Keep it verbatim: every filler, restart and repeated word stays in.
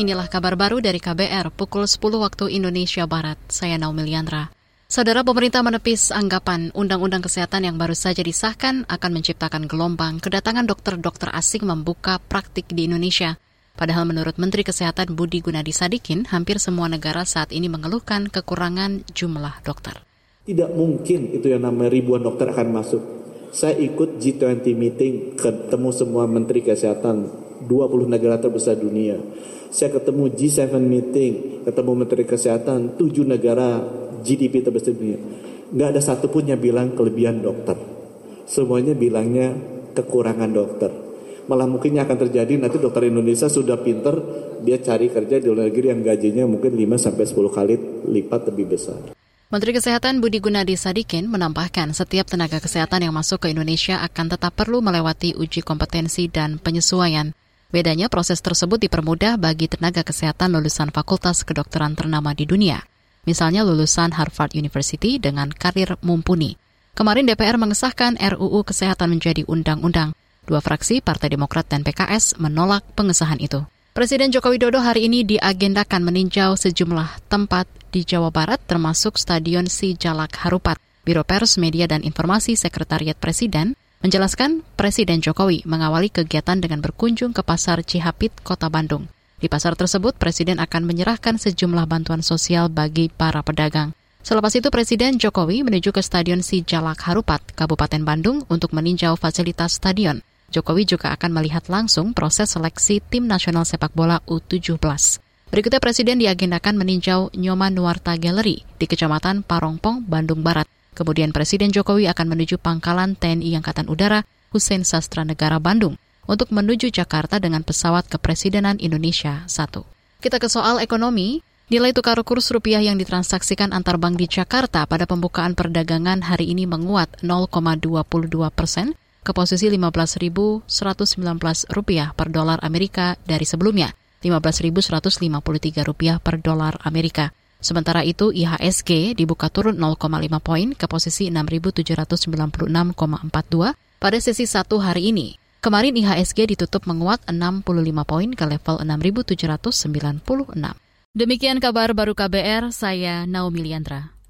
Inilah kabar baru dari K B R pukul sepuluh waktu Indonesia Barat. Saya Naomi Liandra. Saudara, pemerintah menepis anggapan Undang-Undang Kesehatan yang baru saja disahkan akan menciptakan gelombang kedatangan dokter-dokter asing membuka praktik di Indonesia. Padahal menurut Menteri Kesehatan Budi Gunadi Sadikin, hampir semua negara saat ini mengeluhkan kekurangan jumlah dokter. Tidak mungkin itu yang namanya ribuan dokter akan masuk. Saya ikut G dua puluh meeting, ketemu semua Menteri Kesehatan, dua puluh negara terbesar dunia. Saya ketemu G tujuh meeting, ketemu Menteri Kesehatan, tujuh negara G D P terbesar dunia. Nggak ada satupun yang bilang kelebihan dokter. Semuanya bilangnya kekurangan dokter. Malah mungkin yang akan terjadi nanti dokter Indonesia sudah pinter, dia cari kerja di luar negeri yang gajinya mungkin lima sampai sepuluh kali lipat lebih besar. Menteri Kesehatan Budi Gunadi Sadikin menambahkan setiap tenaga kesehatan yang masuk ke Indonesia akan tetap perlu melewati uji kompetensi dan penyesuaian. Bedanya proses tersebut dipermudah bagi tenaga kesehatan lulusan fakultas kedokteran ternama di dunia. Misalnya lulusan Harvard University dengan karir mumpuni. Kemarin D P R mengesahkan R U U Kesehatan menjadi undang-undang. Dua fraksi, Partai Demokrat dan P K S, menolak pengesahan itu. Presiden Joko Widodo hari ini diagendakan meninjau sejumlah tempat di Jawa Barat termasuk Stadion Sijalak Harupat. Biro Pers, Media, dan Informasi Sekretariat Presiden menjelaskan Presiden Jokowi mengawali kegiatan dengan berkunjung ke Pasar Cihapit, Kota Bandung. Di pasar tersebut, Presiden akan menyerahkan sejumlah bantuan sosial bagi para pedagang. Selepas itu, Presiden Jokowi menuju ke Stadion Sijalak Harupat, Kabupaten Bandung untuk meninjau fasilitas stadion. Jokowi juga akan melihat langsung proses seleksi Tim Nasional Sepak Bola U tujuh belas. Berikutnya Presiden diagendakan meninjau Nyoman Nuarta Gallery di Kecamatan Parongpong, Bandung Barat. Kemudian Presiden Jokowi akan menuju Pangkalan T N I Angkatan Udara Hussein Sastra Negara Bandung untuk menuju Jakarta dengan pesawat Kepresidenan Indonesia satu. Kita ke soal ekonomi. Nilai tukar kurs rupiah yang ditransaksikan antar bank di Jakarta pada pembukaan perdagangan hari ini menguat nol koma dua dua persen ke posisi lima belas ribu seratus sembilan belas rupiah per dolar Amerika dari sebelumnya lima belas ribu seratus lima puluh tiga rupiah per dolar Amerika. Sementara itu, I H S G dibuka turun nol koma lima poin ke posisi enam ribu tujuh ratus sembilan puluh enam koma empat dua pada sesi satu hari ini. Kemarin I H S G ditutup menguat enam puluh lima poin ke level enam ribu tujuh ratus sembilan puluh enam. Demikian kabar baru K B R, saya Naomi Liandra.